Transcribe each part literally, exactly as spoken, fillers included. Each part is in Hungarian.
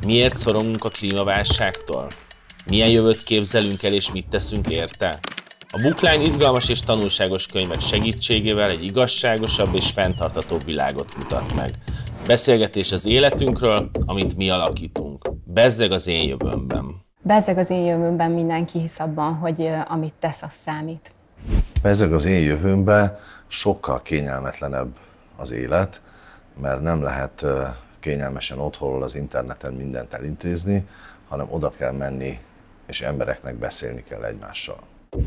Miért szorongunk a klímaválságtól? Milyen jövőt képzelünk el és mit teszünk érte? A Bookline izgalmas és tanulságos könyvek segítségével egy igazságosabb és fenntarthatóbb világot mutat meg. Beszélgetés az életünkről, amit mi alakítunk. Bezzeg az én jövőmben. Bezzeg az én jövőmben mindenki hisz abban, hogy amit tesz, az számít. Bezzeg az én jövőmben sokkal kényelmetlenebb az élet, mert nem lehet kényelmesen otthonról az interneten mindent elintézni, hanem oda kell menni, és embereknek beszélni kell egymással.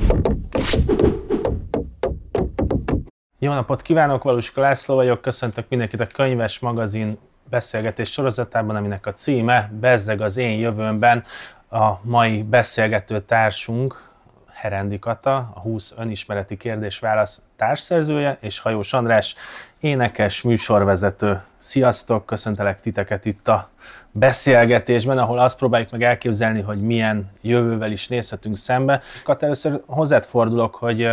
Jó napot kívánok, Valuska László vagyok, köszöntök mindenkit a Könyves Magazin beszélgetés sorozatában, aminek a címe Bezzeg az én jövőmben. A mai beszélgető társunk Herendi Kata, a húsz önismereti kérdés-válasz társszerzője, és Hajós András, énekes, műsorvezető. Sziasztok, köszöntelek titeket itt a beszélgetésben, ahol azt próbáljuk meg elképzelni, hogy milyen jövővel is nézhetünk szembe. Kata, először hozzád fordulok, hogy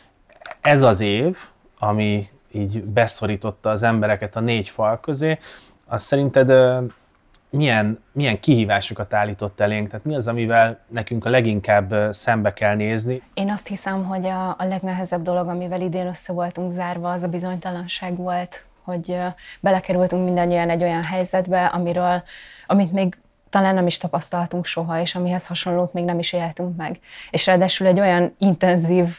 ez az év, ami így beszorította az embereket a négy fal közé, az szerinted milyen, milyen kihívásokat állított elénk? Tehát mi az, amivel nekünk a leginkább szembe kell nézni? Én azt hiszem, hogy a, a legnehezebb dolog, amivel idén össze voltunk zárva, az a bizonytalanság volt, hogy belekerültünk mindannyian egy olyan helyzetbe, amiről, amit még talán nem is tapasztaltunk soha, és amihez hasonlót még nem is éltünk meg. És ráadásul egy olyan intenzív,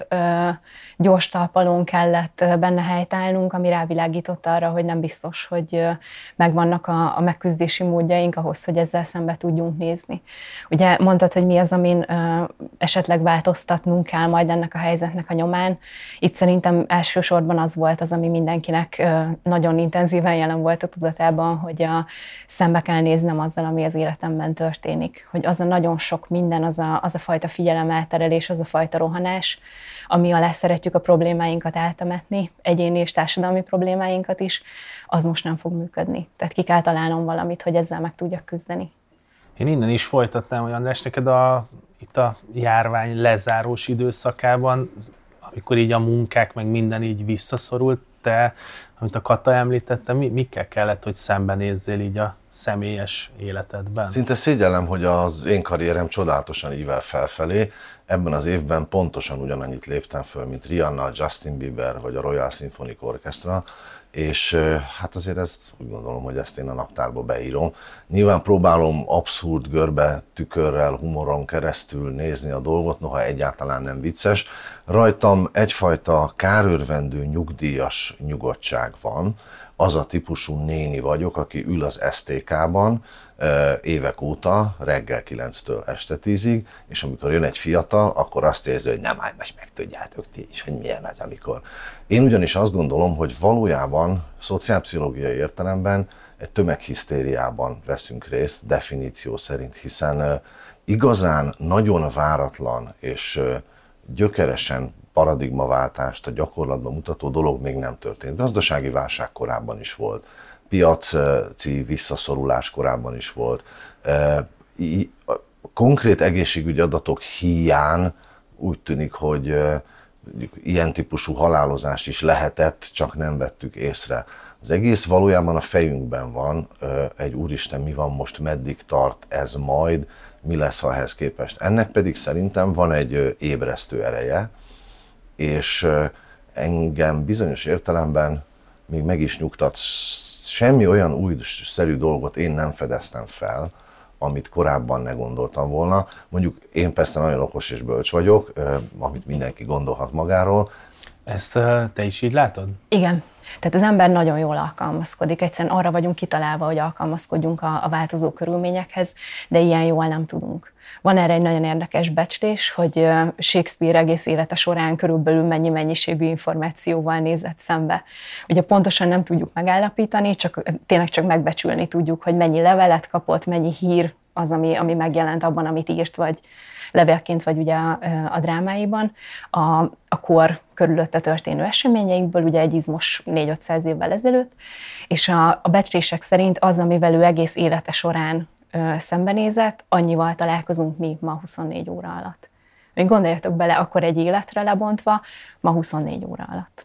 gyors talpalón kellett benne helytállnunk, ami rávilágított arra, hogy nem biztos, hogy megvannak a, a megküzdési módjaink ahhoz, hogy ezzel szembe tudjunk nézni. Ugye mondtad, hogy mi az, amin esetleg változtatnunk kell majd ennek a helyzetnek a nyomán. Itt szerintem elsősorban az volt az, ami mindenkinek nagyon intenzíven jelen volt a tudatában, hogy a, szembe kell néznem azzal, ami az életemben történik. Hogy az a nagyon sok minden, az a, az a fajta figyelemelterelés, az a fajta rohanás, ami alá szeretjük a problémáinkat eltemetni, egyéni és társadalmi problémáinkat is, az most nem fog működni. Tehát ki kell találnom valamit, hogy ezzel meg tudjak küzdeni. Én innen is folytatnám, hogy András, neked a, itt a járvány lezárós időszakában, amikor így a munkák meg minden így visszaszorult, te, amit a Kata említette, mi, mikkel kellett, hogy szembenézzél így a személyes életedben? Szinte szégyellem, hogy az én karrierem csodálatosan ível felfelé. Ebben az évben pontosan ugyanannyit léptem föl, mint Rihanna, Justin Bieber vagy a Royal Symphonic Orchestra, és hát azért ezt úgy gondolom, hogy ezt én a naptárba beírom. Nyilván próbálom abszurd görbe tükörrel, humoron keresztül nézni a dolgot, noha egyáltalán nem vicces. Rajtam egyfajta kárőrvendő nyugdíjas nyugodtság van. Az a típusú néni vagyok, aki ül az es té ká-ban évek óta, reggel kilenctől este tízig, és amikor jön egy fiatal, akkor azt érzi, hogy nem, most megtudjátok ti is, hogy milyen az, amikor. Én ugyanis azt gondolom, hogy valójában szociálpszichológiai értelemben egy tömeghisztériában veszünk részt, definíció szerint, hiszen igazán nagyon váratlan és gyökeresen paradigmaváltást a gyakorlatban mutató dolog még nem történt. Gazdasági válság korábban is volt, piaci visszaszorulás korábban is volt. Konkrét egészségügyi adatok híján úgy tűnik, hogy ilyen típusú halálozás is lehetett, csak nem vettük észre. Az egész valójában a fejünkben van, egy úristen, mi van most, meddig tart ez majd, mi lesz, ha ehhez képest. Ennek pedig szerintem van egy ébresztő ereje, és engem bizonyos értelemben még meg is nyugtat. Semmi olyan újszerű dolgot én nem fedeztem fel, amit korábban ne gondoltam volna. Mondjuk én persze nagyon okos és bölcs vagyok, amit mindenki gondolhat magáról. Ezt te is így látod? Igen. Tehát az ember nagyon jól alkalmazkodik, egyszerűen arra vagyunk kitalálva, hogy alkalmazkodjunk a, a változó körülményekhez, de ilyen jól nem tudunk. Van erre egy nagyon érdekes becslés, hogy Shakespeare egész élete során körülbelül mennyi mennyiségű információval nézett szembe. Ugye pontosan nem tudjuk megállapítani, csak tényleg csak megbecsülni tudjuk, hogy mennyi levelet kapott, mennyi hír az, ami, ami megjelent abban, amit írt, vagy levélként, vagy ugye a, a drámáiban. A, a kor körülötte történő eseményeikből, ugye egy izmos négy-ötszáz évvel ezelőtt, és a, a becslések szerint az, amivel ő egész élete során ö, szembenézett, annyival találkozunk mi ma huszonnégy óra alatt. Még gondoljatok bele, akkor egy életre lebontva, ma huszonnégy óra alatt.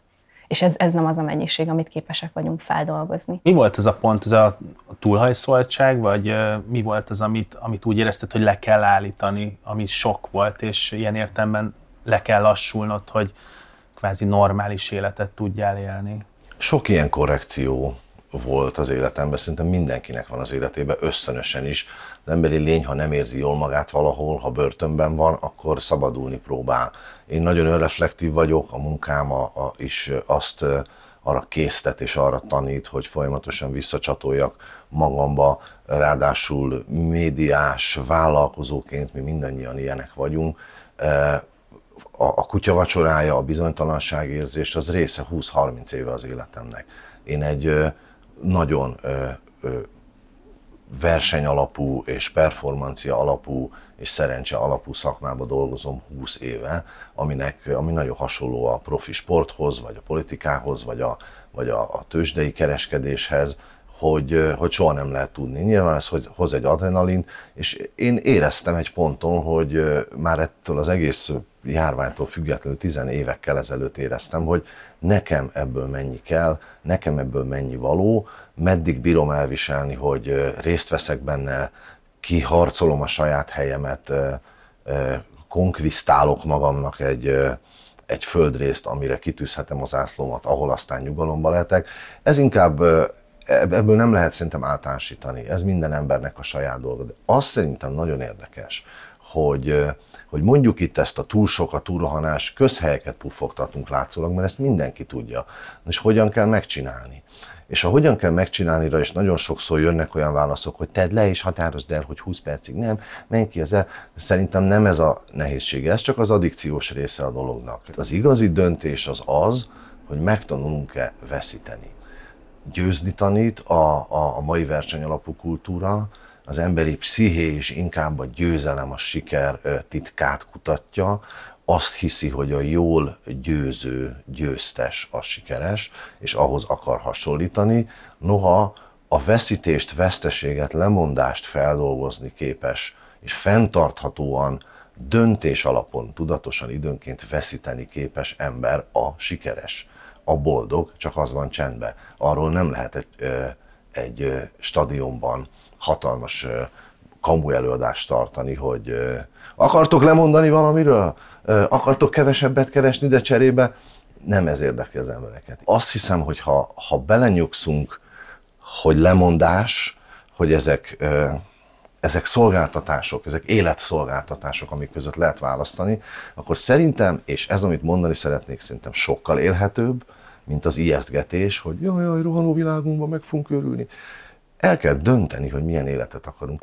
és ez, ez nem az a mennyiség, amit képesek vagyunk feldolgozni. Mi volt ez a pont, ez a túlhajszoltság, vagy mi volt az, amit, amit úgy érezted, hogy le kell állítani, ami sok volt, és ilyen értelemben le kell lassulnod, hogy kvázi normális életet tudjál élni? Sok ilyen korrekció volt az életemben, szerintem mindenkinek van az életében, ösztönösen is. Az emberi lény, ha nem érzi jól magát valahol, ha börtönben van, akkor szabadulni próbál. Én nagyon önreflektív vagyok, a munkám a, a, is azt arra késztet és arra tanít, hogy folyamatosan visszacsatoljak magamba, ráadásul médiás, vállalkozóként mi mindannyian ilyenek vagyunk. A, a kutyavacsorája, a bizonytalanságérzés az része húsz-harminc éve az életemnek. Én egy nagyon ö, ö, versenyalapú és performancia alapú és szerencse alapú szakmában dolgozom húsz éve, aminek, ami nagyon hasonló a profi sporthoz, vagy a politikához, vagy a, vagy a, a tőzsdei kereskedéshez, hogy, hogy soha nem lehet tudni. Nyilván ez hoz egy adrenalint, és én éreztem egy ponton, hogy már ettől az egész járványtól függetlenül tizen évekkel ezelőtt éreztem, hogy nekem ebből mennyi kell, nekem ebből mennyi való, meddig bírom elviselni, hogy részt veszek benne, kiharcolom a saját helyemet, konkvisztálok magamnak egy, egy földrészt, amire kitűzhetem az zászlómat, ahol aztán nyugalomba lehetek. Ez inkább, ebből nem lehet szerintem általánosítani, ez minden embernek a saját dolga. De az szerintem nagyon érdekes, hogy, hogy mondjuk itt ezt a túl sok, a túlrohanás, közhelyeket puffogtatunk látszólag, mert ezt mindenki tudja. És hogyan kell megcsinálni? És a hogyan kell megcsinálnira, és nagyon sokszor jönnek olyan válaszok, hogy tedd le és határozd el, hogy húsz percig nem, menj ki az el. Szerintem nem ez a nehézsége, ez csak az addikciós része a dolognak. Az igazi döntés az az, hogy megtanulunk-e veszíteni. Győzni tanít a, a, a mai versenyalapú kultúra, az emberi psziché is inkább a győzelem, a siker titkát kutatja, azt hiszi, hogy a jól győző, győztes a sikeres, és ahhoz akar hasonlítani. Noha a veszítést, veszteséget, lemondást feldolgozni képes, és fenntarthatóan, döntés alapon, tudatosan időnként veszíteni képes ember a sikeres, a boldog, csak az van csendben. Arról nem lehet egy, egy stadionban hatalmas kamu előadást tartani, hogy akartok lemondani valamiről? Akartok kevesebbet keresni, de cserébe nem ez érdekli az embereket. Azt hiszem, hogy ha, ha belenyugszunk, hogy lemondás, hogy ezek, ezek szolgáltatások, ezek életszolgáltatások, amik között lehet választani, akkor szerintem, és ez, amit mondani szeretnék, szerintem sokkal élhetőbb, mint az ijesztgetés, hogy jaj, jaj, rohanó világunkban meg fogunk örülni. El kell dönteni, hogy milyen életet akarunk.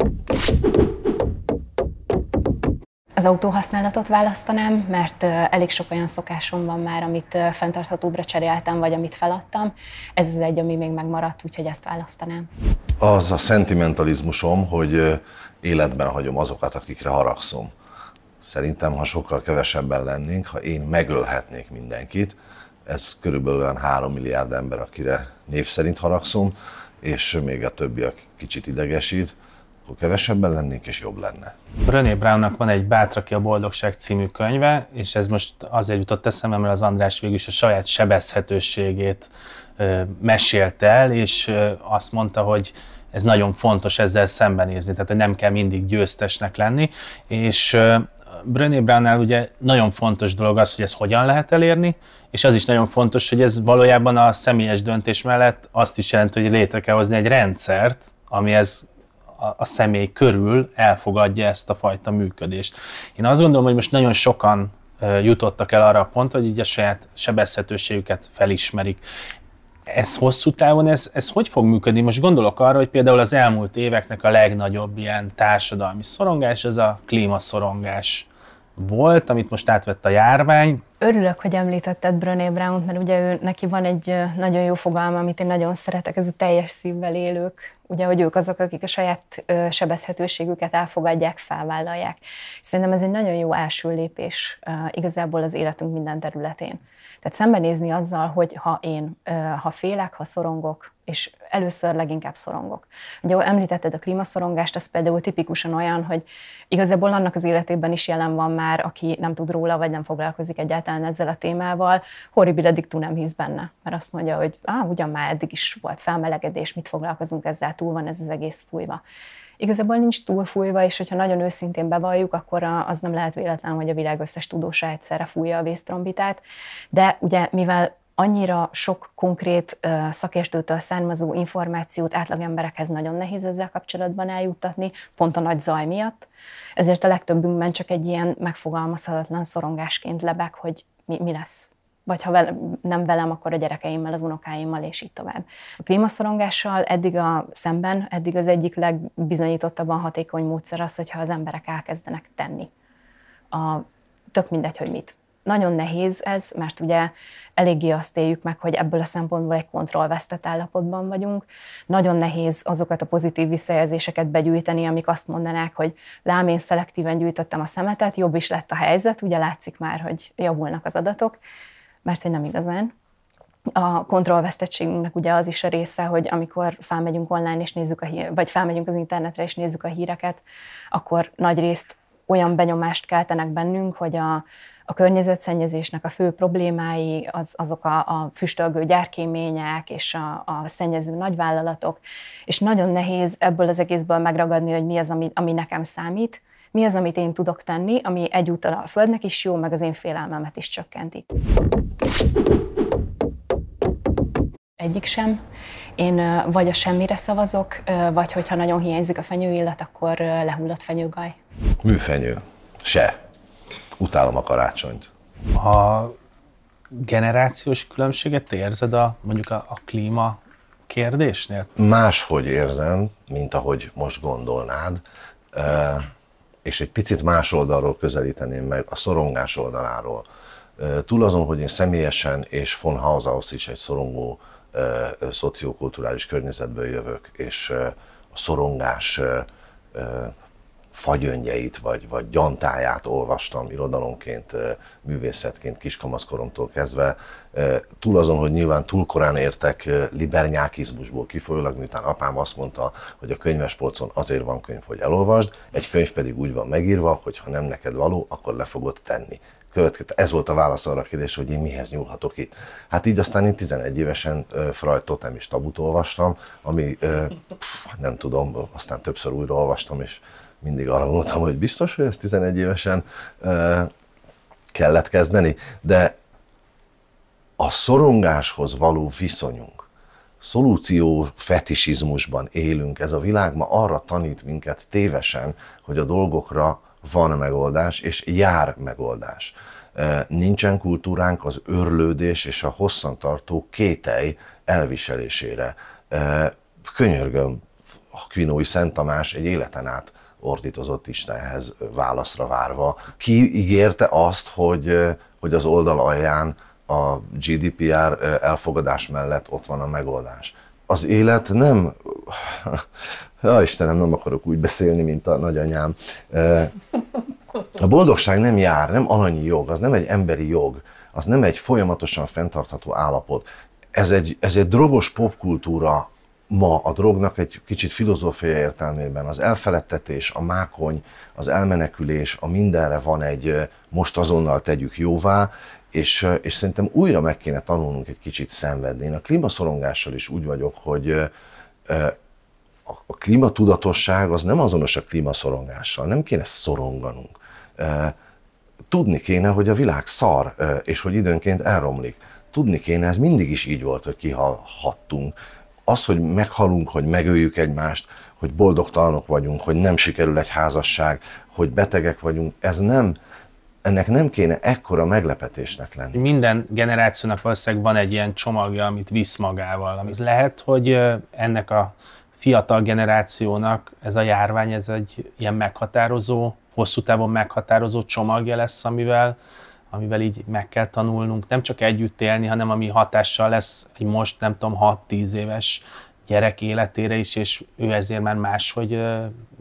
Az autóhasználatot választanám, mert elég sok olyan szokásom van már, amit fenntarthatóbbra cseréltem, vagy amit feladtam. Ez az egy, ami még megmaradt, úgyhogy ezt választanám. Az a szentimentalizmusom, hogy életben hagyom azokat, akikre haragszom. Szerintem, ha sokkal kevesebben lennénk, ha én megölhetnék mindenkit, ez körülbelül olyan három milliárd ember, akire név szerint haragszom, és még a többi, aki kicsit idegesít, akkor kevesebben lennénk, és jobb lenne. Brené Brownnak van egy Bátraki a boldogság című könyve, és ez most azért jutott eszembe, mert az András végül is a saját sebezhetőségét ö, mesélte el, és ö, azt mondta, hogy ez nagyon fontos ezzel szembenézni, tehát hogy nem kell mindig győztesnek lenni, és ö, Brené Brownnál ugye nagyon fontos dolog az, hogy ezt hogyan lehet elérni, és az is nagyon fontos, hogy ez valójában a személyes döntés mellett azt is jelenti, hogy létre kell hozni egy rendszert, ami ez a, a személy körül elfogadja ezt a fajta működést. Én azt gondolom, hogy most nagyon sokan uh, jutottak el arra a pontra, hogy így a saját sebezhetőségüket felismerik. Ez hosszú távon, ez, ez hogy fog működni? Most gondolok arra, hogy például az elmúlt éveknek a legnagyobb ilyen társadalmi szorongás, ez a klímaszorongás volt, amit most átvett a járvány. Örülök, hogy említetted Brené Brownt, mert ugye ő, neki van egy nagyon jó fogalma, amit én nagyon szeretek, ez a teljes szívvel élők. Ugye, hogy ők azok, akik a saját ö, sebezhetőségüket elfogadják, felvállalják. Szerintem ez egy nagyon jó első lépés uh, igazából az életünk minden területén. Tehát szembenézni azzal, hogy ha én, ha félek, ha szorongok, és először leginkább szorongok. Ugye említetted a klímaszorongást, ez például tipikusan olyan, hogy igazából annak az életében is jelen van már, aki nem tud róla, vagy nem foglalkozik egyáltalán ezzel a témával, horribil addictú nem hisz benne, mert azt mondja, hogy ah, ugyan már eddig is volt felmelegedés, mit foglalkozunk ezzel, túl van ez az egész fújva. Igazából nincs túlfújva, és hogyha nagyon őszintén bevalljuk, akkor az nem lehet véletlen, hogy a világ összes tudósa egyszerre fújja a vésztrombitát, de ugye mivel annyira sok konkrét uh, szakértőtől származó információt átlagemberekhez nagyon nehéz ezzel kapcsolatban eljuttatni, pont a nagy zaj miatt. Ezért a legtöbbünkben csak egy ilyen megfogalmazhatatlan szorongásként lebeg, hogy mi, mi lesz. Vagy ha vele, nem velem, akkor a gyerekeimmel, az unokáimmal, és így tovább. A klímaszorongással eddig a szemben, eddig az egyik legbizonyítottabban hatékony módszer az, hogyha az emberek elkezdenek tenni. A, tök mindegy, hogy mit. Nagyon nehéz ez, mert ugye eléggé azt éljük meg, hogy ebből a szempontból egy kontrollvesztett állapotban vagyunk. Nagyon nehéz azokat a pozitív visszajelzéseket begyűjteni, amik azt mondanák, hogy lám, én szelektíven gyűjtöttem a szemetet, jobb is lett a helyzet, ugye látszik már, hogy javulnak az adatok, mert hogy nem igazán. A kontrollvesztettségünknek ugye az is a része, hogy amikor felmegyünk online és nézzük a hír, vagy felmegyünk az internetre és nézzük a híreket, akkor nagyrészt olyan benyomást keltenek bennünk, hogy a A környezetszennyezésnek a fő problémái az, azok a, a füstölgő gyárkémények és a, a szennyező nagyvállalatok, és nagyon nehéz ebből az egészből megragadni, hogy mi az, ami, ami nekem számít, mi az, amit én tudok tenni, ami egyúttal a Földnek is jó, meg az én félelmemet is csökkenti. Egyik sem. Én vagy a semmire szavazok, vagy hogyha nagyon hiányzik a fenyőillat, akkor lehullott fenyőgaj. Műfenyő. Se. Utálom a karácsonyt. A generációs különbséget érzed a, mondjuk a, a klíma kérdésnél? Máshogy érzem, mint ahogy most gondolnád, és egy picit más oldalról közelíteném meg, a szorongás oldaláról. Túl azon, hogy én személyesen és von Haushaus is egy szorongó szociokulturális környezetből jövök, és a szorongás fagyöngyeit vagy, vagy gyantáját olvastam irodalomként, művészetként kiskamaszkoromtól kezdve. Túl azon, hogy nyilván túl korán értek libernyákizmusból kifolyólag, miután apám azt mondta, hogy a könyvespolcon azért van könyv, hogy elolvasd, egy könyv pedig úgy van megírva, hogy ha nem neked való, akkor le fogod tenni. Ez volt a válasz arra a kérdésre, hogy én mihez nyúlhatok itt. Hát így aztán én tizenegy évesen Freud Totem és Tabut olvastam, ami nem tudom, aztán többször újra olvastam, és mindig arra gondoltam, hogy biztos, hogy ezt tizenegy évesen kellett kezdeni, de a szorongáshoz való viszonyunk, szolúció fetisizmusban élünk, ez a világ ma arra tanít minket tévesen, hogy a dolgokra van megoldás, és jár megoldás. Nincsen kultúránk az őrlődés és a hosszantartó kételj elviselésére. Könyörgöm, a Quinói Szent Tamás egy életen át ordítozott Istenhez válaszra várva. Ki ígérte azt, hogy, hogy az oldal alján a gé dé pé er elfogadás mellett ott van a megoldás. Az élet nem... Ja, Istenem, nem akarok úgy beszélni, mint a nagyanyám. A boldogság nem jár, nem alanyi jog, az nem egy emberi jog, az nem egy folyamatosan fenntartható állapot. Ez egy, ez egy drogos popkultúra ma, a drognak egy kicsit filozófiai értelmében. Az elfeledtetés, a mákony, az elmenekülés, a mindenre van egy most azonnal tegyük jóvá, és, és szerintem újra meg kéne tanulnunk egy kicsit szenvedni. Én a klímaszorongással is úgy vagyok, hogy a klímatudatosság az nem azonos a klímaszorongással, nem kéne szoronganunk. Tudni kéne, hogy a világ szar, és hogy időnként elromlik. Tudni kéne, ez mindig is így volt, hogy kihalhattunk. Az, hogy meghalunk, hogy megöljük egymást, hogy boldogtalanok vagyunk, hogy nem sikerül egy házasság, hogy betegek vagyunk, ez nem, ennek nem kéne ekkora meglepetésnek lenni. Minden generációnak valószínűleg van egy ilyen csomagja, amit visz magával. Amit lehet, hogy ennek a fiatal generációnak ez a járvány, ez egy ilyen meghatározó, hosszú távon meghatározó csomagja lesz, amivel, amivel így meg kell tanulnunk, nem csak együtt élni, hanem ami hatással lesz egy most, nem tudom, hat-tíz éves gyerek életére is, és ő ezért már máshogy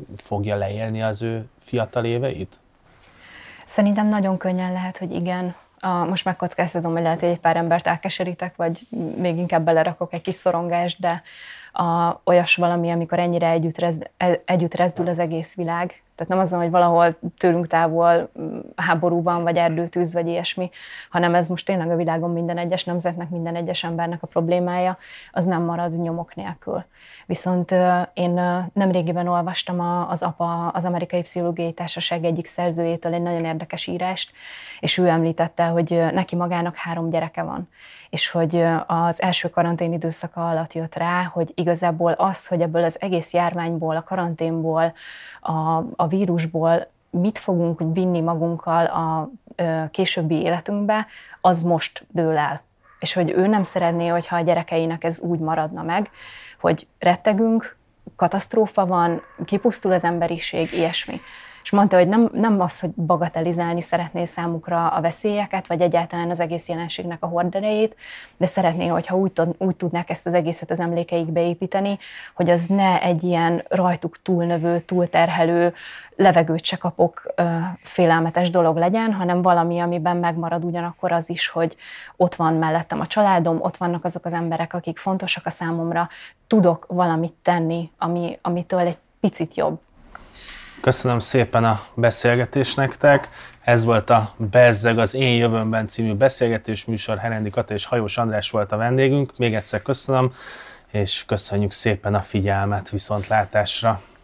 fogja leélni az ő fiatal éveit? Szerintem nagyon könnyen lehet, hogy igen. A, most megkockáztatom, hogy lehet, hogy egy pár embert elkeserítek, vagy még inkább belerakok egy kis szorongást, de a, olyas valami, amikor ennyire együtt, rez, együtt rezdül az egész világ. Tehát nem azon, hogy valahol tőlünk távol háború van, vagy erdőtűz, vagy ilyesmi, hanem ez most tényleg a világon minden egyes nemzetnek, minden egyes embernek a problémája, az nem marad nyomok nélkül. Viszont én nemrégiben olvastam az á pé á, az Amerikai Pszichológiai Társaság egyik szerzőjétől egy nagyon érdekes írást, és ő említette, hogy neki magának három gyereke van, és hogy az első karantén időszaka alatt jött rá, hogy igazából az, hogy ebből az egész járványból, a karanténból, a, a vírusból mit fogunk vinni magunkkal a későbbi életünkbe, az most dől el. És hogy ő nem szeretné, hogyha a gyerekeinek ez úgy maradna meg, hogy rettegünk, katasztrófa van, kipusztul az emberiség, ilyesmi. És mondta, hogy nem, nem az, hogy bagatelizálni szeretné számukra a veszélyeket, vagy egyáltalán az egész jelenségnek a horderejét, de szeretné, hogyha úgy, úgy tudnák ezt az egészet az emlékeikbe építeni, hogy az ne egy ilyen rajtuk túlnövő, túlterhelő, levegőt se kapok félelmetes dolog legyen, hanem valami, amiben megmarad ugyanakkor az is, hogy ott van mellettem a családom, ott vannak azok az emberek, akik fontosak a számomra, tudok valamit tenni, ami, amitől egy picit jobb. Köszönöm szépen a beszélgetést nektek. Ez volt a Bezzeg az én jövőmben című beszélgetés műsor. Herendi Kata és Hajós András volt a vendégünk. Még egyszer köszönöm, és köszönjük szépen a figyelmet, viszontlátásra.